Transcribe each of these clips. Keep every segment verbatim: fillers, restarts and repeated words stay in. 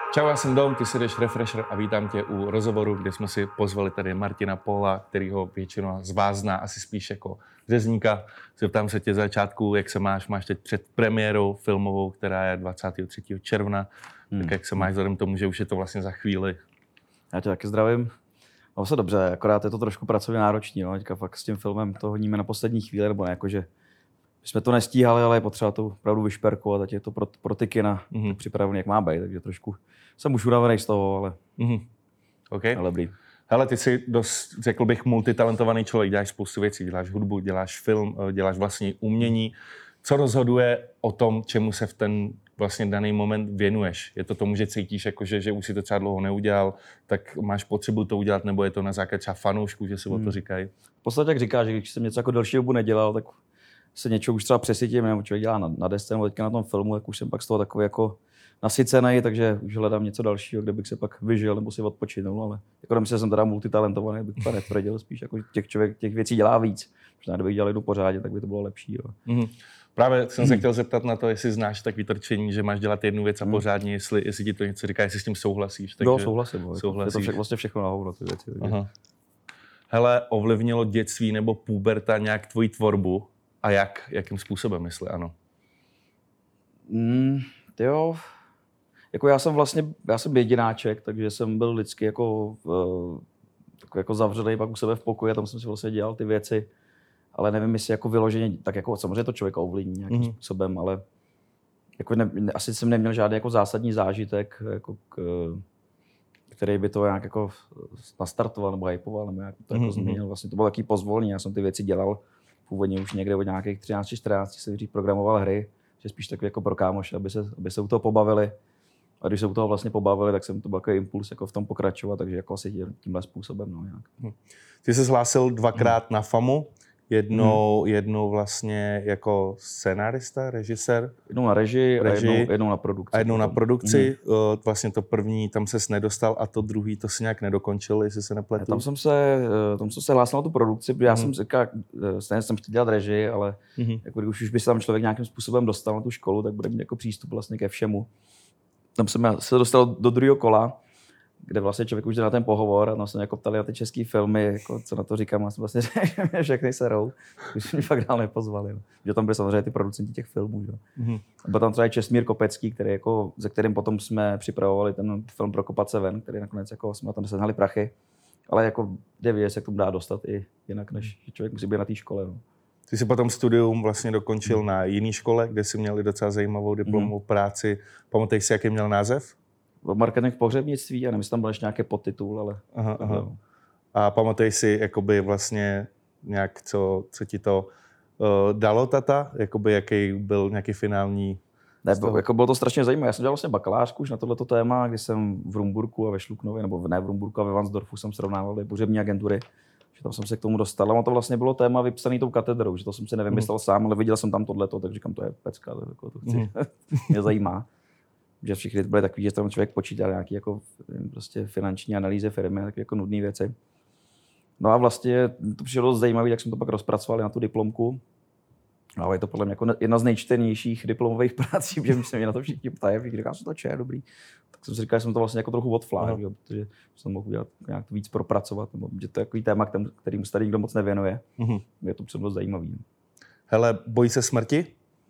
Čau, já jsem Dom, ty si jdeš Refresher a vítám tě u rozhovoru, kde jsme si pozvali tady Martina Póla, kterýho většina z vás zná asi spíš jako řezníka. Zeptám se tě za začátku, jak se máš, máš teď před premiérou filmovou, která je dvacátého třetího června, hmm. tak jak se máš vzhledem k tomu, že už je to vlastně za chvíli. Já tě taky zdravím. Mám se dobře, akorát je to trošku pracovně náročný, no. Teďka fakt s tím filmem to honíme na poslední chvíli, nebo ne, jakože jsme to nestíhali, ale je potřeba to opravdu vyšperkovat, ať je to pro, pro ty kina mm-hmm. připravený, jak má být, takže trošku jsem už unavený z toho, ale, mm-hmm. okay. ale dobrý. Hele, ty jsi dost, řekl bych, multitalentovaný člověk, děláš spoustu věcí, děláš hudbu, děláš film, děláš vlastní umění. Co rozhoduje o tom, čemu se v ten vlastně daný moment věnuješ? Je to tomu, že cítíš, jakože, že už si to třeba dlouho neudělal, tak máš potřebu to udělat, nebo je to na základě třeba fanoušků, že si hmm. o to říkají? V podstatě jak říkáš, že když jsem něco jako delší dobu nedělal, tak se něčeho už třeba přesytím, nebo člověk dělá na, na desce, nebo teďka na tom filmu, tak už jsem pak z toho takový jako nasycený, takže už hledám něco dalšího, kde bych se pak vyžil nebo si odpočinul, ale jako nemyslím, že jsem teda multitalentovaný, bych to netvrdil, spíš jako těch člověk těch věcí dělá víc. Možná kdybych dělal jednu pořádně, tak by to bylo lepší. Jo. Mm-hmm. Právě jsem se chtěl zeptat na to, jestli znáš tak vytrčení, že máš dělat jednu věc a pořádně, jestli, jestli ti to něco říká, jestli s tím souhlasíš. Takže jo, souhlasím. Bo. souhlasíš. Je to vše, vlastně všechno na hovno ty věci. Aha. Hele, ovlivnilo dětství nebo puberta nějak tvoji tvorbu? A jak? Jakým způsobem, jestli ano? Mm, jo, jako já jsem vlastně, já jsem jedináček, takže jsem byl vždycky jako, uh, jako zavřený pak u sebe v pokoji a tam jsem si vlastně dělal ty věci. Ale nevím, jestli jako vyloženě, tak jako samozřejmě to člověka ovlivní nějakým mm-hmm. způsobem, ale jako ne, ne, asi jsem neměl žádný jako zásadní zážitek, jako k, který by to nějak jako nastartoval nebo hypoval, nebo nějak to mm-hmm. jako změnil. Vlastně to bylo taky pozvolný, já jsem ty věci dělal původně už někde od nějakých třináct čtrnáct jsem dřív programoval hry, že spíš tak jako pro kámoše, aby se, aby se u toho pobavili. A když se u toho vlastně pobavili, tak jsem to byl takový impuls jako v tom pokračovat, takže jako asi tímhle způsobem. No, nějak. Ty jsi hlásil dvakrát mm. na FAMu. Jednou, hmm. jednou vlastně jako scenárista, režisér. Jednou na režii, režii a jednou, jednou na produkci. A jednou na produkci. Hmm. Vlastně to první, tam ses nedostal a to druhý, to si nějak nedokončil, jestli se nepletu. Tam jsem se, tam jsem se hlásil na tu produkci, protože já hmm. jsem říkal, stejně jsem chtěl dělat režii, ale hmm. jako když už by se tam člověk nějakým způsobem dostal na tu školu, tak bude mít jako přístup vlastně ke všemu. Tam jsem se dostal do druhého kola, kde vlastně člověk už jde na ten pohovor a tam se mě jako ptali na ty český filmy, jako, co na to říkám, a jsem vlastně řekl, že všechny serou, když mě fakt dál nepozvali. No. Že tam byli samozřejmě ty producenti těch filmů. Že? Mm-hmm. Byl tam třeba Čestmír Kopecký, který jako, ze kterým potom jsme připravovali ten film pro Kopat se ven, který nakonec jako, jsme tam sehnali prachy, ale jako jde vědět, jak tomu dá dostat i jinak, než že člověk musí být na té škole. No. Ty jsi potom studium vlastně dokončil mm. na jiné škole, kde jsi měl i docela zajímavou diplomovou mm. práci. Pamatuješ si, jaký měl název? Marketing v pohřebnictví, já nevím, jestli tam byl ještě nějaký podtitul, ale... Aha, aha. A pamatuješ si jakoby vlastně nějak, co, co ti to uh, dalo tata? Jakoby jaký byl nějaký finální... Ne, bylo, jako bylo to strašně zajímavé. Já jsem dělal vlastně bakalářku už na tohleto téma, kdy jsem v Rumburku a ve Šluknově, nebo ne v Rumburku a ve Vansdorfu jsem srovnával pohřební agentury. Že tam jsem se k tomu dostal. A to vlastně bylo téma vypsané tou katedrou, že to jsem si nevymyslel mm. sám, ale viděl jsem tam tohleto, tak říkám, to je pecka, to, jako, to chci. Mm. Mě zajímá. Že všichni byli takový, že tam člověk počítal nějaký jako prostě finanční analýzy firmy, takové jako nudné věci. No a vlastně to přišlo dost zajímavé, jak jsme to pak rozpracovali na tu diplomku. No a je to podle mě jako jedna z nejčtenějších diplomových prací, protože se mě na to všichni ptají, když říkám, že to je dobrý. Tak jsem si říkal, že jsem to vlastně jako trochu odflák, no. Protože jsem mohl udělat nějak to víc propracovat, nebo že to je takový téma, kterým se tady nikdo moc nevěnuje. Mm-hmm. Je to přece dost zajímavý. Hele, bojí se smrti?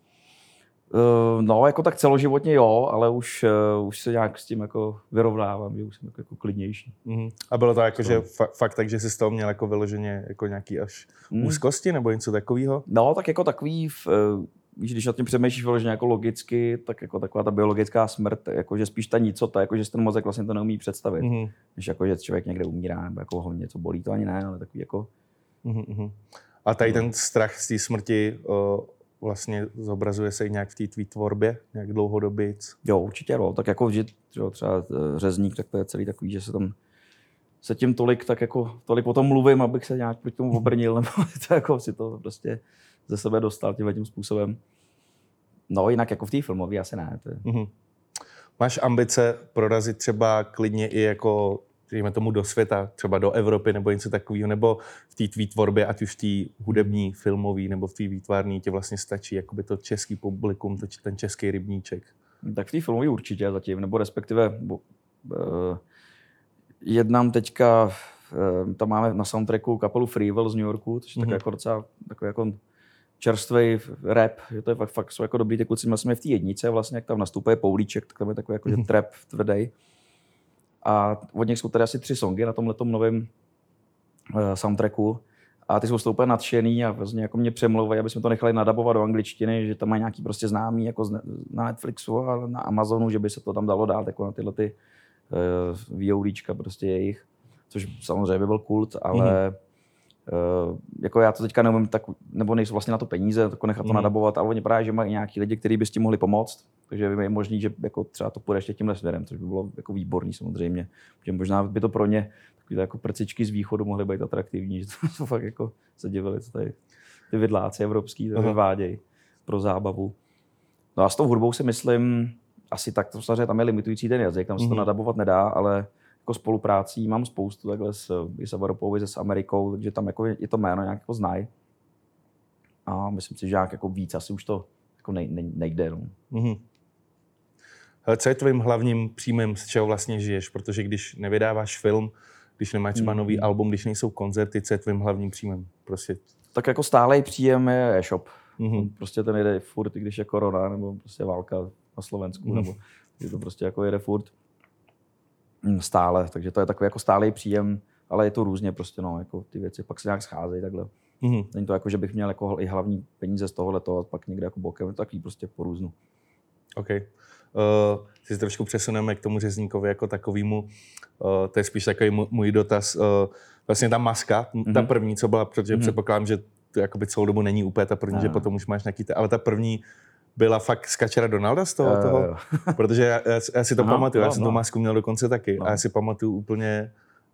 Uh, no, jako tak celoživotně jo, ale už, uh, už se nějak s tím jako vyrovnávám, že už jsem jako, jako klidnější. Mm-hmm. A bylo to jako, že fa- fakt tak, že jsi z toho měl jako vyloženě jako nějaký až mm. úzkosti nebo něco takového? No, tak jako takový, uh, víš, když nad tím přemýšlíš vyloženě jako logicky, tak jako taková ta biologická smrt, jako že spíš ta nicota, jako že si ten mozek vlastně to neumí představit. Mm-hmm. Než jako, že člověk někde umírá, nebo jako ho něco bolí, to ani ne, ale takový jako... Mm-hmm. A tady ten strach z té smrti... Uh, vlastně zobrazuje se i nějak v té tvý tvorbě, nějak dlouhodobě? Jo, určitě jo. Tak jako vždy, třeba řezník, tak to je celý takový, že se tam se tím tolik, tak jako, tolik o tom mluvím, abych se nějak proti tomu obrnil, nebo to jako si to prostě ze sebe dostal tímhle tím způsobem. No jinak jako v té filmové asi ne. To je... mm-hmm. Máš ambice prorazit třeba klidně i jako dejme tomu do světa, třeba do Evropy nebo něco takového, nebo v té tvý tvorbě, ať už v té hudební, filmový nebo v té výtvarné, tě vlastně stačí jakoby to český publikum, to, ten český rybníček? Tak v té filmové určitě zatím, nebo respektive bo, uh, jednám teďka, uh, tam máme na soundtracku kapelu Freevel z New Yorku, což je mm-hmm. jako docela takový jako čerstvý rap, že to je fakt, fakt jsou jako dobrý ty kluci, jsme v té jednice vlastně, jak tam nastupuje Poulíček, tak tam je takový jako, mm-hmm. trap tvrdý. A od nich jsou tady asi tři songy na tomhletom novém uh, soundtracku. A ty jsou z toho úplně nadšený a vlastně jako mě přemlouvají, aby jsme to nechali nadabovat do angličtiny, že tam mají nějaký prostě známý jako na Netflixu a na Amazonu, že by se to tam dalo dát jako na tyhle ty uh, VODčka prostě jejich, což samozřejmě by byl kult, ale mm-hmm. uh, jako já to teďka neumím, tak, nebo nejsou vlastně na to peníze, jako nechat to mm-hmm. nadabovat, ale oni právě, že mají nějaký lidi, kteří by s tím mohli pomoct, takže je možný, že jako třeba to půjde ještě tímhle směrem, což by bylo jako výborný samozřejmě, protože možná by to pro ně takové jako prcičky z východu mohly být atraktivní, že to jsou fakt jako se divili, co tady ty vidláci evropský to vyvádějí pro zábavu. No a s tou hudbou si myslím, asi tak, to samozřejmě tam je limitující ten jazyk, tam se to mm-hmm. nadabovat nedá, ale jako spoluprácí mám spoustu takhle s Isavaropovi, s Amerikou, takže tam jako je, je to jméno nějak jako znají. A myslím si, že nějak jako víc asi už to jako nej, nej, nejde. No. Mm-hmm. Hele, co je tvým hlavním příjmem, z čeho vlastně žiješ? Protože když nevydáváš film, když nemáš třeba nový mm. album, když nejsou koncerty, co je tvým hlavním příjmem? Prostě. Tak jako stálej příjem je e-shop. Mm-hmm. Prostě ten jede furt, i když je korona, nebo prostě válka na Slovensku, mm. nebo že to prostě jako jede furt stále. Takže to je takový jako stálej příjem, ale je to různě prostě, no, jako ty věci pak se nějak scházejí takhle. Mm-hmm. Není to jako, že bych měl jako i hlavní peníze z tohohle a pak někde jako bokem, je to takový prostě po různu. OK. Uh, si trošku přesuneme k tomu řezníkovi jako takovému. Uh, to je spíš takový můj, můj dotaz. Uh, vlastně ta maska, mm-hmm. ta první, co byla, protože mm-hmm. předpokládám, že to jakoby celou dobu není úplně ta první, no. že potom už máš nějaký, ta, ale ta první byla fakt z Kačera Donalda z toho, uh, toho? Protože já, já, já si to no, pamatuju, no, já jsem no. tu masku měl dokonce taky no. a já si pamatuju úplně,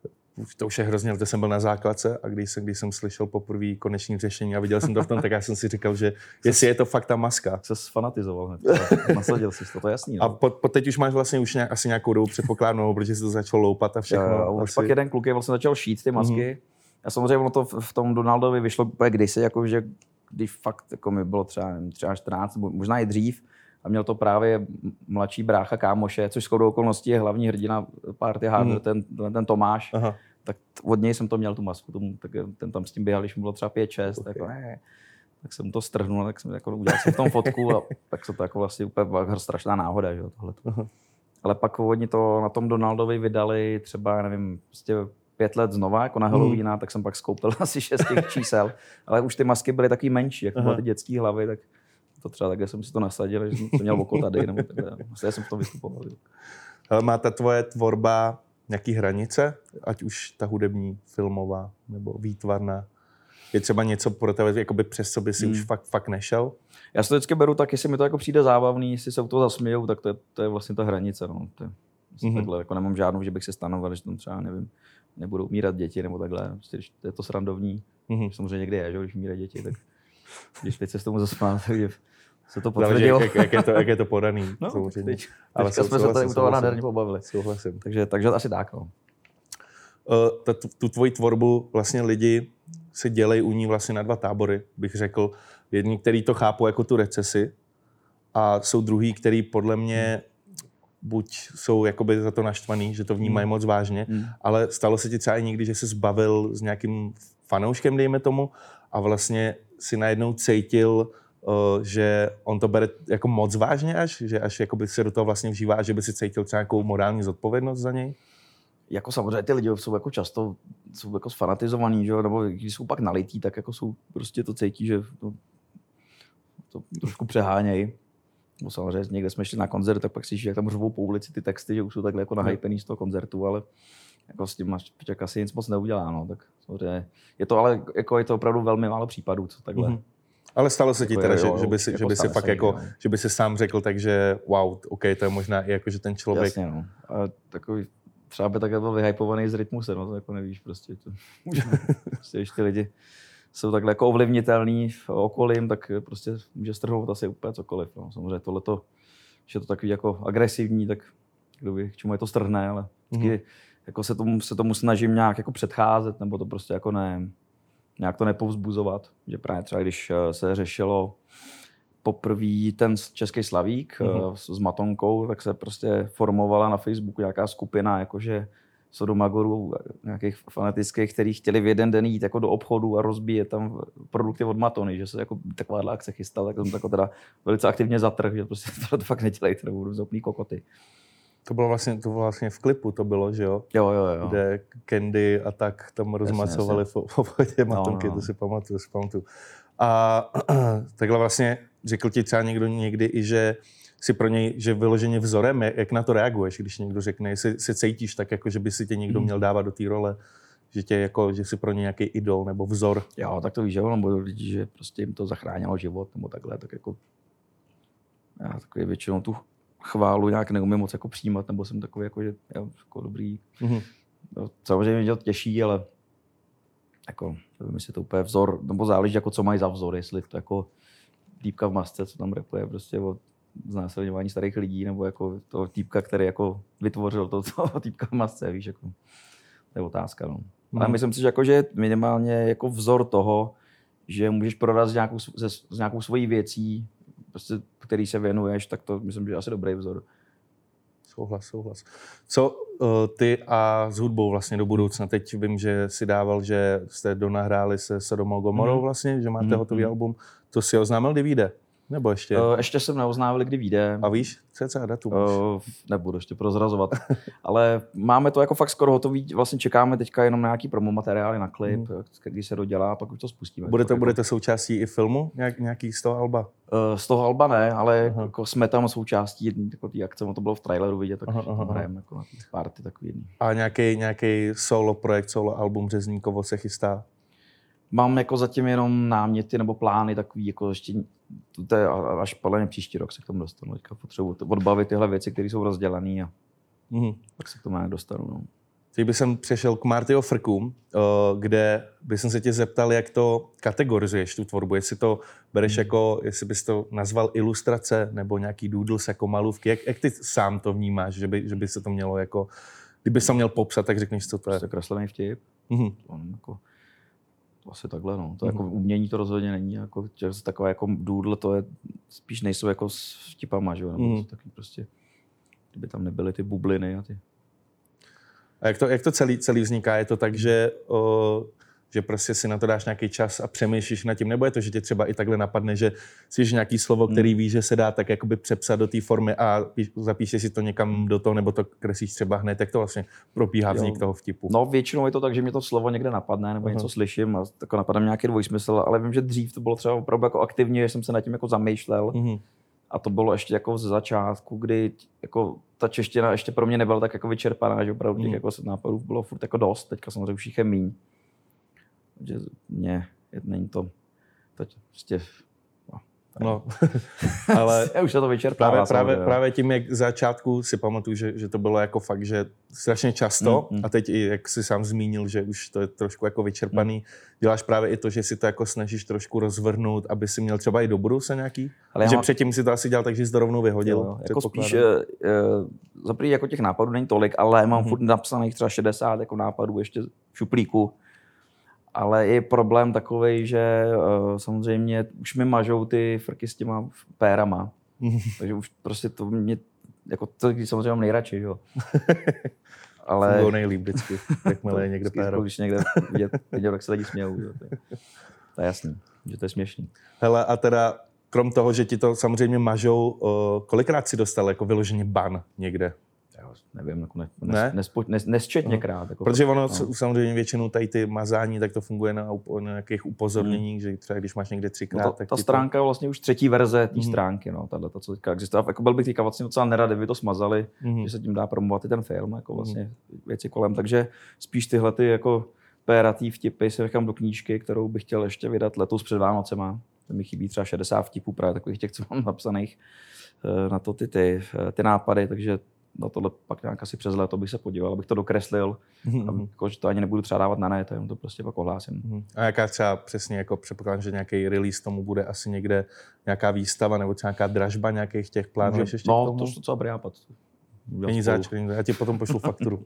to už je hrozně, to jsem byl na základce a když jsem, když jsem slyšel poprvé konečné řešení a viděl jsem to v tom, tak já jsem si říkal, že jestli je to fakt ta maska. Se sfanatizoval hned, nasadil jsi to, to je jasný. No. A po, po teď už máš vlastně už nějak, asi nějakou dobu předpokládnou, protože se to začalo loupat a všechno. A už asi... pak jeden kluk je vlastně začal šít ty masky. Mm-hmm. A samozřejmě ono to v tom Donaldovi vyšlo úplně kdysi, jako že když fakt jako mi bylo třeba, třeba čtrnáct, možná i dřív, a měl to právě mladší brácha kámoše, což shodou okolností je hlavní hrdina Party Harder, mm. ten, ten Tomáš. Aha. Tak od něj jsem to měl tu masku, tomu, tak ten tam s tím běhal, když mu bylo třeba pět šest, okay. tak, ne, tak jsem to strhnul, tak jsem jako udělal jsem v tom fotku a tak se to jako vlastně úplně strašná náhoda, že jo, tohleto. Ale pak oni to na tom Donaldovi vydali třeba, nevím, prostě pět let znova, jako na Halloweena, hmm. tak jsem pak skoupil asi šest těch čísel, ale už ty masky byly takový menší, jako byly ty dětský hlavy, tak to třeba takhle jsem si to nasadil, že jsem to měl oko tady, nebo takhle, vlastně jsem v tom vystupoval. Ale má ta tvoje tvorba nějaký hranice, ať už ta hudební, filmová nebo výtvarná? Je třeba něco pro tebe, jakoby přes co by si hmm. už fakt, fakt nešel? Já si to vždycky beru tak, jestli mi to jako přijde zábavný, jestli se u toho zasmějou, tak to je, to je vlastně ta hranice. No. To je, mm-hmm. takhle, jako nemám žádnou, že bych se stanoval, že tam třeba, nevím, nebudou umírat děti nebo takhle. Prostě, když je to srandovní, mm-hmm. samozřejmě někdy je, že když umírají děti, tak když teď se s tomu zasmál, takže se to potvrdilo. Jak, jak, je to, jak je to podaný, no, samozřejmě. Teď, ale teďka jsme se tady u toho nádherně pobavili. Souhlasím. Takže, takže asi tak. No. Uh, tu, tu tvoji tvorbu vlastně lidi se dělají u ní vlastně na dva tábory, bych řekl. Jedni, kteří to chápou jako tu recesi a jsou druhý, který podle mě buď jsou jakoby za to naštvaný, že to vnímají mm. moc vážně, mm. ale stalo se ti třeba i někdy, že se zbavil s nějakým fanouškem, dejme tomu, a vlastně si najednou cítil, uh, že on to bere jako moc vážně až, že až jakoby se do toho vlastně vžívá, že by si cítil třeba nějakou morální zodpovědnost za něj? Jako samozřejmě ty lidi jsou jako často jsou jako sfanatizovaný, že? Nebo když jsou pak nalitý, tak jako jsou prostě to cítí, že to, to trošku přehánějí. No samozřejmě někde jsme šli na koncert, tak pak si jak tam řvou po ulici ty texty, že už jsou takhle jako nahypený z toho koncertu, ale jako s tím Špičák asi nic moc neudělá, no, tak samozřejmě je to ale jako je to opravdu velmi málo případů, co takhle. Mm-hmm. Ale stalo se ti jako teda, je, že, jo, že by si, jako že by si fakt jako, no. že by si sám řekl, takže wow, OK, to je možná i jako, že ten člověk... Jasně, no. A takový, třeba by takhle byl vyhypovaný z rytmuse, no, to jako nevíš prostě. To, prostě když ty lidi jsou takhle jako ovlivnitelný okolím, tak prostě může strhnout asi úplně cokoliv. No. Samozřejmě tohleto, když je to takový jako agresivní, tak kdo ví, k čemu je to strhne, ale mm-hmm. jako se, tomu, se tomu snažím nějak jako předcházet, nebo to prostě jako ne, nějak to nepovzbuzovat. Že právě třeba když se řešilo poprvé ten český Slavík mm-hmm. s, s Matonkou, tak se prostě formovala na Facebooku nějaká skupina, jakože sodomagorů, nějakých fanatických, kteří chtěli v jeden den jít jako do obchodu a rozbíjet tam produkty od Matony, že se jako taková akce chystala, tak jsem tako teda velice aktivně zatrhl, že prostě to, to fakt nedělejte, nebo budou zopný kokoty. To bylo vlastně, to bylo vlastně v klipu, to bylo, že jo? Jo, jo, jo. Kde Candy a tak tam rozmacovali v obchodě Matonky, no, no. To si pamatuju, si pamatuju. A takhle vlastně řekl ti třeba někdo někdy i, že si pro něj, že vyloženě vzorem, jak na to reaguješ, když někdo řekne, jestli se cítíš tak, jako že by si tě někdo měl dávat do té role, že tě jako, že jsi pro ně nějaký idol nebo vzor. Jo, tak to víš, že nebo lidi, že prostě jim to zachránilo život nebo takhle, tak jako já takový většinou tu chválu nějak neumím moc jako přijímat, nebo jsem takový jako, že jo, jako dobrý. Mm-hmm. No, samozřejmě mě to těší, ale jako, nevím, jestli to úplně vzor, nebo záleží, jako co mají za vzor, jestli to jako týpka v masce, co tam rapuje prostě o znásilňování starých lidí, nebo jako to týpka, který jako vytvořil to, to týpka v masce, víš, jako, to je otázka, no. Mm. Ale myslím si, že, jako, že minimálně jako vzor toho, že můžeš prodat s nějakou, se, s nějakou svojí věcí, prostě, který se věnuješ, tak to myslím, že je asi dobrý vzor. Souhlas, souhlas. Co uh, ty a s hudbou vlastně do budoucna? Teď vím, že si dával, že jste donahráli se Sodomou Gomorou vlastně, že máte mm. hotový album. To si oznámil, kdy vyjde? Nebo ještě? Uh, ještě jsem neoznámil, kdy vyjde. A víš, cca datum? Uh, nebudu ještě prozrazovat. Ale máme to jako fakt skoro hotový. Vlastně čekáme teďka jenom na nějaký promo materiály na klip, mm. který se dodělá, a pak už to spustíme. Bude to, jako... bude to součástí i filmu? Nějak, nějaký z toho alba? Uh, z toho alba ne, ale jako jsme tam součástí jedný jako tý akce. To bylo v traileru vidět, tak tam hrajeme jako na té party takový jedný. A nějaký, nějaký solo projekt, solo album Řezníkovo se chystá? Mám jako zatím jenom náměty nebo plány takový, jako ještě, to je až podle příští rok se k tomu dostanu. Teďka potřebuji odbavit tyhle věci, které jsou rozdělané a mm-hmm. tak se k tomu nějak dostanu. No. Teď bych jsem přešel k Martyho frkům, kde bych se tě zeptal, jak to kategorizuješ, tu tvorbu. Jestli to bereš mm. jako, jestli bys to nazval ilustrace nebo nějaký doodles jako malůvky. Jak, jak ty sám to vnímáš, že by, že by se to mělo jako, kdyby se měl popsat, tak řekneš, co to je. To je kreslený vtip. Mm-hmm. Jako, to asi takhle, no. To mm-hmm. jako umění to rozhodně není. Jako, takové jako doodle, to je spíš nejsou jako s vtipama, že jo. Mm-hmm. Taky prostě, kdyby tam nebyly ty bubliny a ty. A jak to, jak to celý, celý vzniká? Je to tak, že, o, že prostě si na to dáš nějaký čas a přemýšlíš nad tím? Nebo je to, že tě třeba i takhle napadne, že jsi nějaký slovo, který hmm. víš, že se dá tak jakoby přepsat do té formy a píš, zapíšeš si to někam do toho, nebo to kreslíš třeba hned, tak to vlastně probíhá vznik toho vtipu? No většinou je to tak, že mě to slovo někde napadne, nebo uh-huh. něco slyším a tak napadne nějaký dvojsmysl, ale vím, že dřív to bylo třeba opravdu jako aktivně, že jsem se nad tím jako zamýšlel. Uh-huh. A to bylo ještě jako ze začátku, kdy jako ta čeština ještě pro mě nebyla tak jako vyčerpaná, že opravdu těch mm. jako nápadů bylo furt jako dost, teďka samozřejmě už jich je míň. Takže mě není to, to prostě, no. no. Ale už se to vyčerpává. Právě, právě, právě tím, jak v začátku si pamatuju, že, že to bylo jako fakt, že strašně často mm, mm. a teď i jak jsi sám zmínil, že už to je trošku jako vyčerpaný, mm. děláš právě i to, že si to jako snažíš trošku rozvrhnout, aby si měl třeba i do budoucna nějaký? Ale že mám... předtím si to asi dělal tak, že jsi to rovnou vyhodil. Jo, jako spíš, uh, za první jako těch nápadů není tolik, ale mám mm. furt napsaných třeba šedesát jako nápadů ještě v šuplíku. Ale je problém takovej, že uh, samozřejmě už mi mažou ty frky s těma pérama. Takže už prostě to mě, jako to samozřejmě mám nejradši, jo. Ale... To bylo nejlíp vždycky, jakmile je někde péro. Když někde vidět, vidět, jak se lidi smějou, jo. To, je, to je jasný, že to je směšný. Hele, a teda krom toho, že ti to samozřejmě mažou, uh, kolikrát si dostal jako vyloženě ban někde? Nevím, jako ne, ne? Nespo, nes, nesčetněkrát. Jako protože ono no. samozřejmě většinou tady ty mazání, tak to funguje na, na nějakých upozorněních, hmm. že třeba když máš někde třikrát, no ta, tak ta stránka to... je vlastně už třetí verze té hmm. stránky, no, tato, co teďka existuje. Jako byl bych teďka vlastně docela nerad, kdyby to smazali, hmm. že se tím dá promovat i ten film, jako vlastně hmm. věci kolem. Takže spíš tyhle ty jako pératý vtipy si nechám do knížky, kterou bych chtěl ještě vydat letos před Vánocema. To mi chybí třeba šedesát vtipů právě takových těch, co mám napsaných na to ty, ty, ty nápady, takže na tohle pak nějak asi přes léto bych se podíval, abych to dokreslil, mm-hmm. jako, že to ani nebudu třeba dávat na net, jenom to prostě pak ohlásím. Mm-hmm. A jaká třeba přesně, jako předpokládám, že nějaký release tomu bude asi někde nějaká výstava nebo třeba nějaká dražba nějakých těch plánů? No, ještě no to je docela dobrý nápad. Penízáč, já ti potom pošlu fakturu.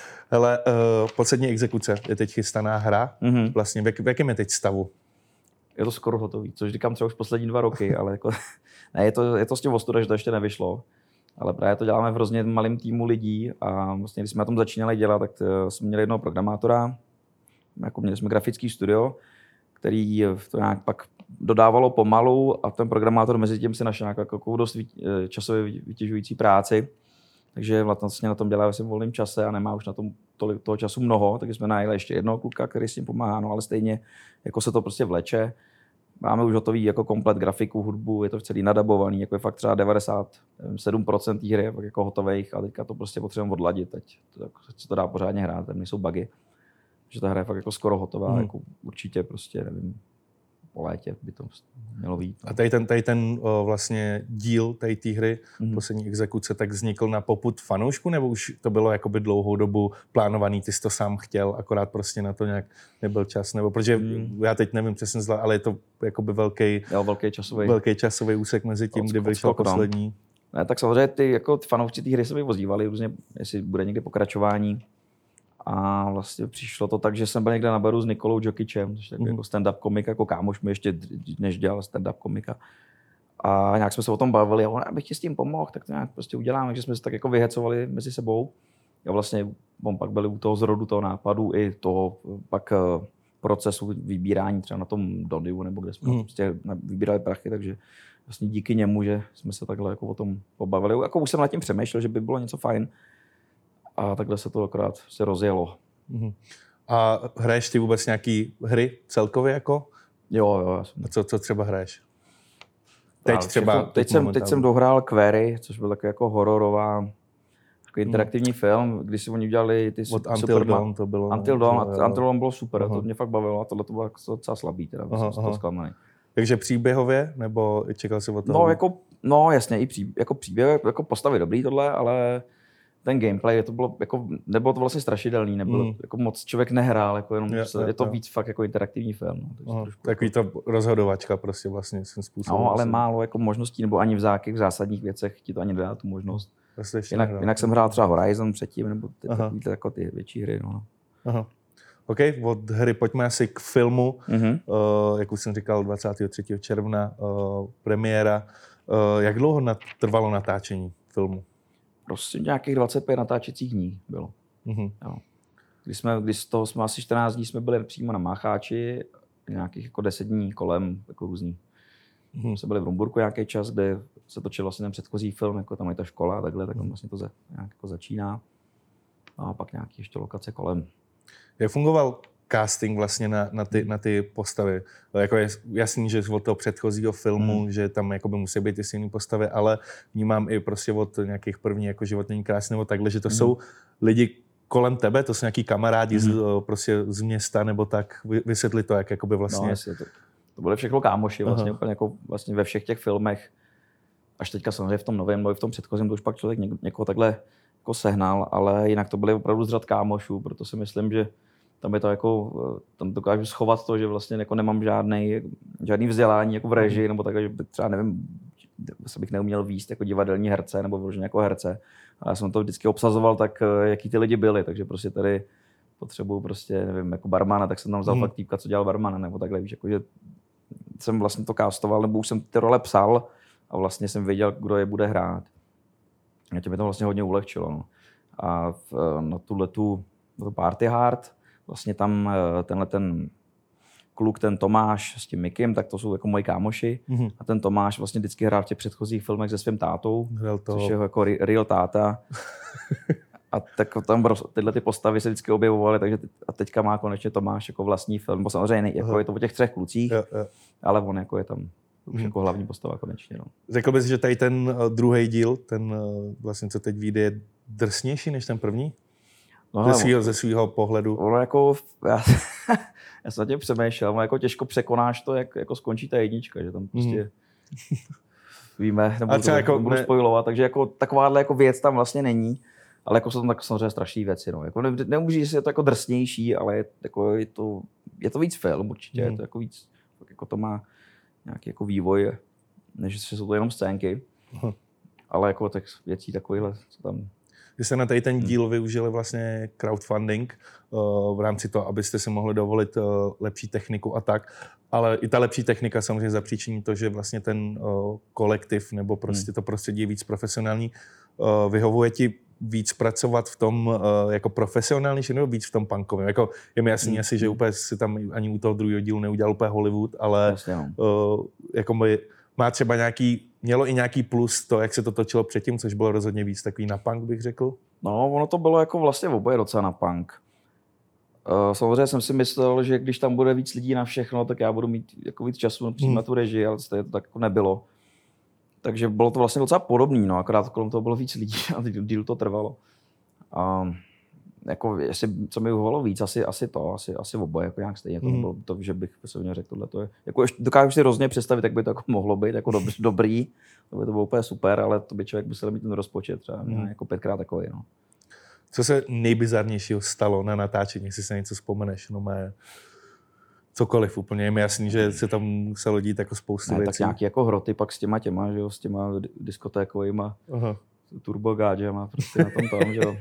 Hele, uh, poslední exekuce je teď chystaná hra. Mm-hmm. Vlastně v, jak, v jakém je teď stavu? Je to skoro hotový, což říkám třeba už poslední dva roky, ale jako, ne, je to, je to s tím ostuda, že to ještě nevyšlo. Ale právě to děláme v hrozně malém týmu lidí a vlastně, když jsme na tom začínali dělat, tak jsme měli jednoho programátora, jako měli jsme grafický studio, který to nějak pak dodávalo pomalu a ten programátor mezi tím si našel nějakou dost časově vytěžující práci. Takže vlastně na tom dělá ve svém volném čase a nemá už na tom tolik toho času mnoho, takže jsme najeli ještě jednoho kluka, který s tím pomáhá, no ale stejně jako se to prostě vleče. Máme už hotový jako komplet grafiku, hudbu, je to celý nadabovaný, jako je fakt třeba devadesát sedm procent té hry je fakt jako hotových a teďka to prostě potřebujeme odladit, teď to, se to dá pořádně hrát, tam nejsou bugy. Že ta hra je fakt jako skoro hotová, hmm. jako určitě prostě, nevím, po létě by to mělo být. A tady ten, tady ten o, vlastně díl tady té hry, mm-hmm. poslední exekuce, tak vznikl na popud fanoušku, nebo už to bylo jakoby dlouhou dobu plánovaný, ty jsi to sám chtěl, akorát prostě na to nějak nebyl čas, nebo protože mm. já teď nevím přesně zla, ale je to jakoby velký, jo, velký časový. velký časový úsek mezi tím, kdy vyšel poslední. Ne, tak samozřejmě ty, jako ty fanoušci té hry se mi ozývali různě, jestli bude někdy pokračování. A vlastně přišlo to tak, že jsem byl někde na baru s Nikolou Jokičem, což je mm. jako stand-up komik, jako kámoš mi ještě než dělal stand-up komika. A nějak jsme se o tom bavili a on, abych ti s tím pomohl, tak to nějak prostě uděláme, takže jsme se tak jako vyhecovali mezi sebou. A vlastně on pak byl u toho zrodu toho nápadu i toho pak procesu vybírání třeba na tom Dodiu, nebo kde jsme mm. prostě vybírali prachy, takže vlastně díky němu, že jsme se takhle jako o tom pobavili. Jako už jsem nad tím přemýšlel, že by bylo něco fajn. A takhle se to akorát se rozjelo. Mm-hmm. A hraješ ty vůbec nějaký hry celkově jako? Jo, jo. Já jsem... A co, co třeba hraješ? Teď Já, třeba... Teď, teď, jsem, teď jsem dohrál Query, což byl takový jako hororová, jako interaktivní mm. film, kdy si oni udělali ty Od Until Dawn to bylo. Until Dawn, a Until Dawn bylo super, aha. To mě fakt bavilo a tohle to bylo docela slabý, teda aha, jsem to zklamaný. Takže příběhově, nebo čekal jsi od toho? No, jako, no jasně, i pří, jako příběh, jako postavy dobrý tohle, ale ten gameplay, to bylo, jako, nebylo to vlastně strašidelný, nebylo, mm. jako moc člověk nehrál, jako jenom, je, se, je, je to je. víc fakt jako interaktivní film. No, Aha, takový to rozhodovačka prostě vlastně svým způsobem. No, ale vlastně. Málo jako možností, nebo ani v zákých, v zásadních věcech ti to ani nedá tu možnost. Jinak, jinak jsem hrál třeba Horizon předtím, nebo ty, takový, jako ty větší hry. No. Aha. OK, od hry pojďme asi k filmu. Mm-hmm. Uh, jak už jsem říkal, dvacátého třetího června uh, premiéra. Uh, jak dlouho nat- trvalo natáčení filmu? Prostě nějakých dvacet pět natáčecích dní bylo. Mm-hmm. Jo. Když, jsme, když z toho jsme asi čtrnáct dní jsme byli přímo na Mácháči, nějakých jako deset dní kolem, jako různý. Mm-hmm. Jsme byli v Rumburku nějaký čas, kde se točil vlastně ten předchozí film, jako tam je ta škola a takhle, tak vlastně to za, nějak jako začíná. A pak nějaký ještě lokace kolem. Jak fungoval casting vlastně na, na, ty, na ty postavy? Jako je jasný, že od toho předchozího filmu, hmm. že tam jakoby musí být ty stejné postavy, ale vnímám i prostě od nějakých prvních jako Život není krásný nebo takhle, že to hmm. jsou lidi kolem tebe, to jsou nějaký kamarádi hmm. z, prostě z města nebo tak. Vysvětli to, jak jakoby vlastně... No, jasně, to, to byly všechno kámoši vlastně, úplně jako vlastně ve všech těch filmech. Až teďka samozřejmě v tom novém, nebo i v tom předchozím, to už pak člověk něk, někoho takhle jako sehnal, ale jinak to byly opravdu z řad kámošů, proto si myslím, že tam je to jako, tam dokážu schovat to, že vlastně jako nemám žádný, žádný vzdělání jako v režii, nebo takhle, že třeba nevím, se bych neuměl víst jako divadelní herce, nebo vyloženě jako herce. A já jsem to vždycky obsazoval tak, jaký ty lidi byli, takže prostě tady potřebuju prostě, nevím, jako barmana, tak jsem tam vzal hmm. fakt týpka, co dělal barmana, nebo takhle, víš, jako, že jsem vlastně to castoval, nebo už jsem ty role psal a vlastně jsem věděl, kdo je bude hrát. A tě mi to vlastně hodně ulehčilo. No. A v, na tuhletu Party Hard, vlastně tam tenhle ten kluk, ten Tomáš s tím Mikim, tak to jsou jako moji kámoši. Mm-hmm. A ten Tomáš vlastně vždycky hrál v těch předchozích filmech se svým tátou, což je jako real táta. A tak tam tyhle ty postavy se vždycky objevovaly, takže a teďka má konečně Tomáš jako vlastní film. Bo samozřejmě jako je to o těch třech klucích, jo, jo. Ale on jako je tam už hmm. jako hlavní postava konečně. No. Řekl bys, že tady ten uh, druhý díl, ten uh, vlastně, co teď vyjde, je drsnější než ten první? No, ze, svýho, ze svýho pohledu. Ono jako, já, já jsem na tím přemýšlel, ono jako těžko překonáš to, jak jako skončí ta jednička, že tam prostě hmm. víme, nebudu, to, jako, nebudu ne... spoilovat, takže jako takováhle jako věc tam vlastně není. Ale jako jsou tam tak samozřejmě strašné věci. No. Jako ne, nemůžu říct, že je to jako drsnější, ale je, jako je, to, je to víc film určitě. Mm. Je to jako víc, jako to má nějaký jako vývoj, než že jsou to jenom scénky. Mm. Ale jako tak věcí takovýhle, co tam... Vy jste na tady ten díl využili vlastně crowdfunding uh, v rámci toho, abyste si mohli dovolit uh, lepší techniku a tak. Ale i ta lepší technika samozřejmě zapříčiní to, že vlastně ten uh, kolektiv nebo prostě to prostředí je víc profesionální. Uh, vyhovuje ti víc pracovat v tom uh, jako profesionálnější nebo víc v tom punkovém? Jako, je mi jasný mm. asi, že úplně si tam ani u toho druhého dílu neudělal úplně Hollywood, ale Jasně, no. uh, jako by má třeba nějaký, mělo i nějaký plus to, jak se to točilo předtím, což bylo rozhodně víc takový na punk, bych řekl. No, ono to bylo jako vlastně oboje docela na punk. Uh, samozřejmě jsem si myslel, že když tam bude víc lidí na všechno, tak já budu mít jako víc času na hmm. tu režii, ale to tak jako nebylo. Takže bylo to vlastně docela podobný, no, akorát kolem toho bylo víc lidí a díl to trvalo. Um, jako, jestli, co mi vyhovovalo víc, asi, asi to, asi, asi oboje, jako nějak stejně. To hmm. nebylo to, že bych se řekl tohle. To je, jako, dokážu si hrozně představit, jak by to jako mohlo být, jako dobrý, dobrý, to by to bylo úplně super, ale to by člověk musel mít ten rozpočet třeba hmm. jako pětkrát takový. No. Co se nejbizarnějšího stalo na natáčení, jestli se něco vzpomeneš, no mé cokoliv úplně. Je mi jasný, že se tam muselo dít jako spoustu ne, věcí. Tak nějaký jako hroty pak s těma těma, že jo, s těma diskotékovýma turbogáďema, prostě na tom tom, že jo.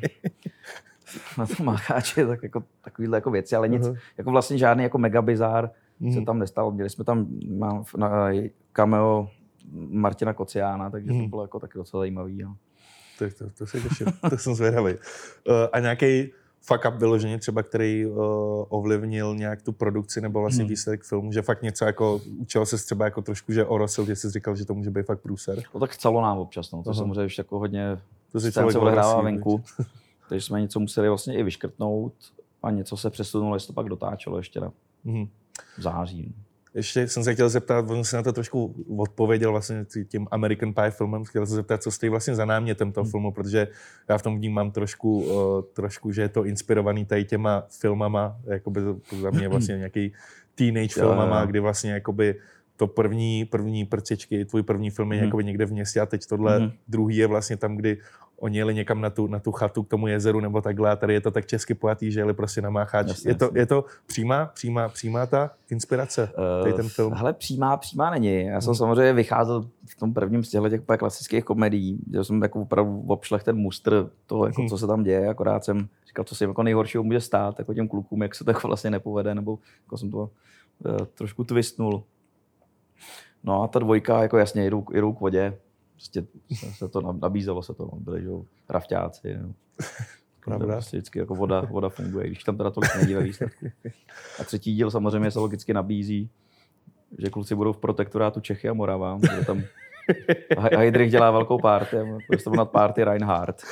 Na tom macháči, tak jako takovýhle jako věci, ale nic, uh-huh. jako vlastně žádný jako mega bizár uh-huh. se tam nestalo. Měli jsme tam mám, na cameo Martina Kociána, takže uh-huh. to bylo jako taky docela zajímavý. Jo. To, to, to se těším, to jsem zvědavý. Uh, a nějaký fuck up vyloženě třeba, který uh, ovlivnil nějak tu produkci nebo vlastně hmm. výsledek filmu, že fakt něco jako, učil se třeba jako trošku, že orosil, že jsi říkal, že to může být fakt průser. No tak chcelo nám občas, no. To samozřejmě ještě jako hodně to si se odehrává venku, takže jsme něco museli vlastně i vyškrtnout a něco se přesunulo, jestli to pak dotáčelo ještě na hmm. září. Ještě jsem se chtěl zeptat, on se na to trošku odpověděl vlastně tím American Pie filmem, chtěl se zeptat, co stojí vlastně za námětem toho hmm. filmu, protože já v tom vnímám trošku, uh, trošku, že je to inspirovaný tady těma filmama, jakoby za mě vlastně nějaký teenage filmama, kdy vlastně jakoby to první, první prcičky, tvůj první film je hmm. jakoby někde v městě a teď tohle hmm. druhý je vlastně tam, kdy oni jeli někam na tu, na tu chatu k tomu jezeru nebo takhle a tady je to tak česky pojatý, že jeli prostě na mácháč. Jasně, je, to, je to přímá, přímá, přímá ta inspirace, tady ten film? Hele, přímá, přímá není. Já jsem hmm. samozřejmě vycházel v tom prvním z těchto těch klasických komedií, že jsem jako opravdu obšlech ten mustr toho, jako, hmm. co se tam děje, akorát jsem říkal, co se jako nejhoršího může stát, jako těm klukům, jak se to jako vlastně nepovede, nebo jako jsem to uh, trošku twistnul. No a ta dvojka, jako jasně, jedou, jedou k vodě. Prostě se to nabízelo, se to, byli, že rafťáci. No. Prostě vždycky jako voda, voda funguje, když tam teda tolik není ve výsledku. A třetí díl samozřejmě se logicky nabízí, že kluci budou v protektorátu Čechy a Morava, kde tam Heydrich dělá velkou party, a prostě nad party Reinhardt.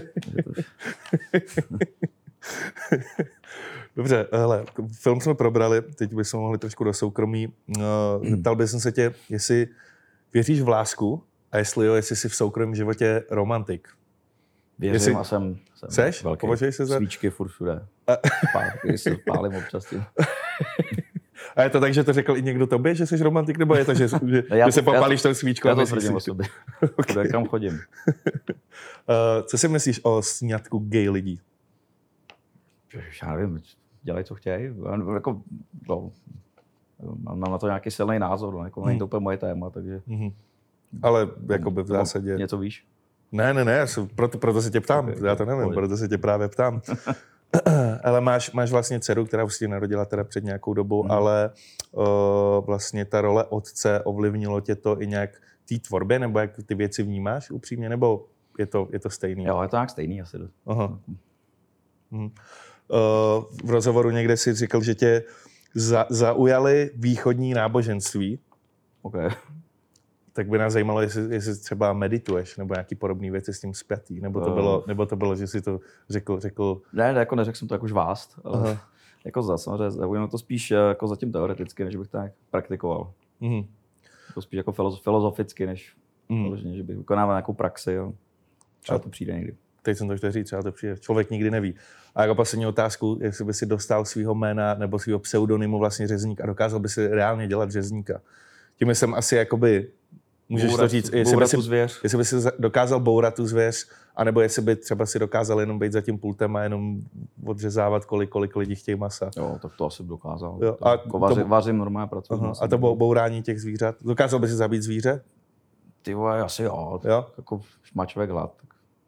Dobře, hele, film jsme probrali, teď bychom mohli trošku do soukromí. Zeptal bych se tě, jestli věříš v lásku a jestli jo, jestli jsi v soukromém životě romantik. Věřím jestli... a jsem, jsem Seš? velký. Považuješ se za... Svíčky furt všude. Pálky si pálím občas tím. A je to tak, že to řekl i někdo tobě, že jsi romantik, nebo je to, že, že, že se popálíš tou svíčkou? Já to tvrdím o sobě. Okay. Kam chodím. uh, co si myslíš o sňatku gay lidí? Já nevím, dělají, co chtějí. Jako, no, mám na to nějaký silný názor, no, jako, hmm. není to úplně moje téma, takže... Hmm. Ale jakoby v zásadě... Něco víš? Ne, ne, ne, proto, proto se tě ptám, okay, já to nevím, okay. proto se tě právě ptám. Ale máš, máš vlastně dceru, která už si narodila teda před nějakou dobou, hmm. ale uh, vlastně ta role otce, ovlivnilo tě to i nějak té tvorbě, nebo jak ty věci vnímáš upřímně, nebo je to, je to stejný? Jo, je to nějak stejný asi. Aha. Hmm. Uh, v rozhovoru někde si říkal, že tě za, zaujaly východní náboženství. Okay. Tak by nás zajímalo, jestli, jestli třeba medituješ, nebo nějaký podobný věci s tím spjatý, nebo to bylo, nebo to bylo, že jsi to řekl, řekl... Ne, ne, jako neřekl jsem to jako žvást, ale jako za, samozřejmě zaujím to spíš jako zatím teoreticky, než bych to nějak praktikoval. Mm. To spíš jako filozoficky, než mm. že bych vykonával nějakou praxi, jo. Třeba to přijde někdy. Teď jsem to chtěl říct, třeba to přijde. Člověk nikdy neví. A jako poslední otázku, jestli by si dostal svého jména nebo svého pseudonymu vlastně řezník a dokázal by si reálně dělat řezníka. Tím jsem asi jakoby, můžeš bourat, to říct, jestli by, si, jestli by si dokázal bourat tu zvěř, anebo jestli by třeba si dokázal jenom být za tím pultem a jenom odřezávat, kolik, kolik lidí chtějí masa. Jo, tak to asi by dokázal. Jo, a jako vaři, to, vařím normálně pracuji. A to bourání těch zvířat, dokázal by si zabít zvíře? Ty vole, asi jo, jo? jako šmačovek hlad.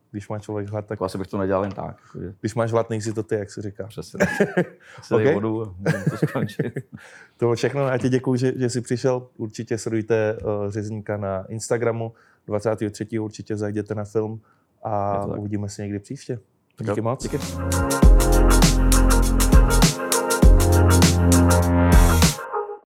Když má člověk hlad, tak... Jako asi bych to nedělal jen tak. Jakože... Když máš hlad, nejsi to ty, jak se říká. Přesně. Si okay. vodu a můžeme to skončit. To bylo všechno. Já ti děkuju, že, že jsi přišel. Určitě sledujte uh, Řezníka na Instagramu. dvacátého třetího určitě zajděte na film a uvidíme se někdy příště. Díky moc. Díky.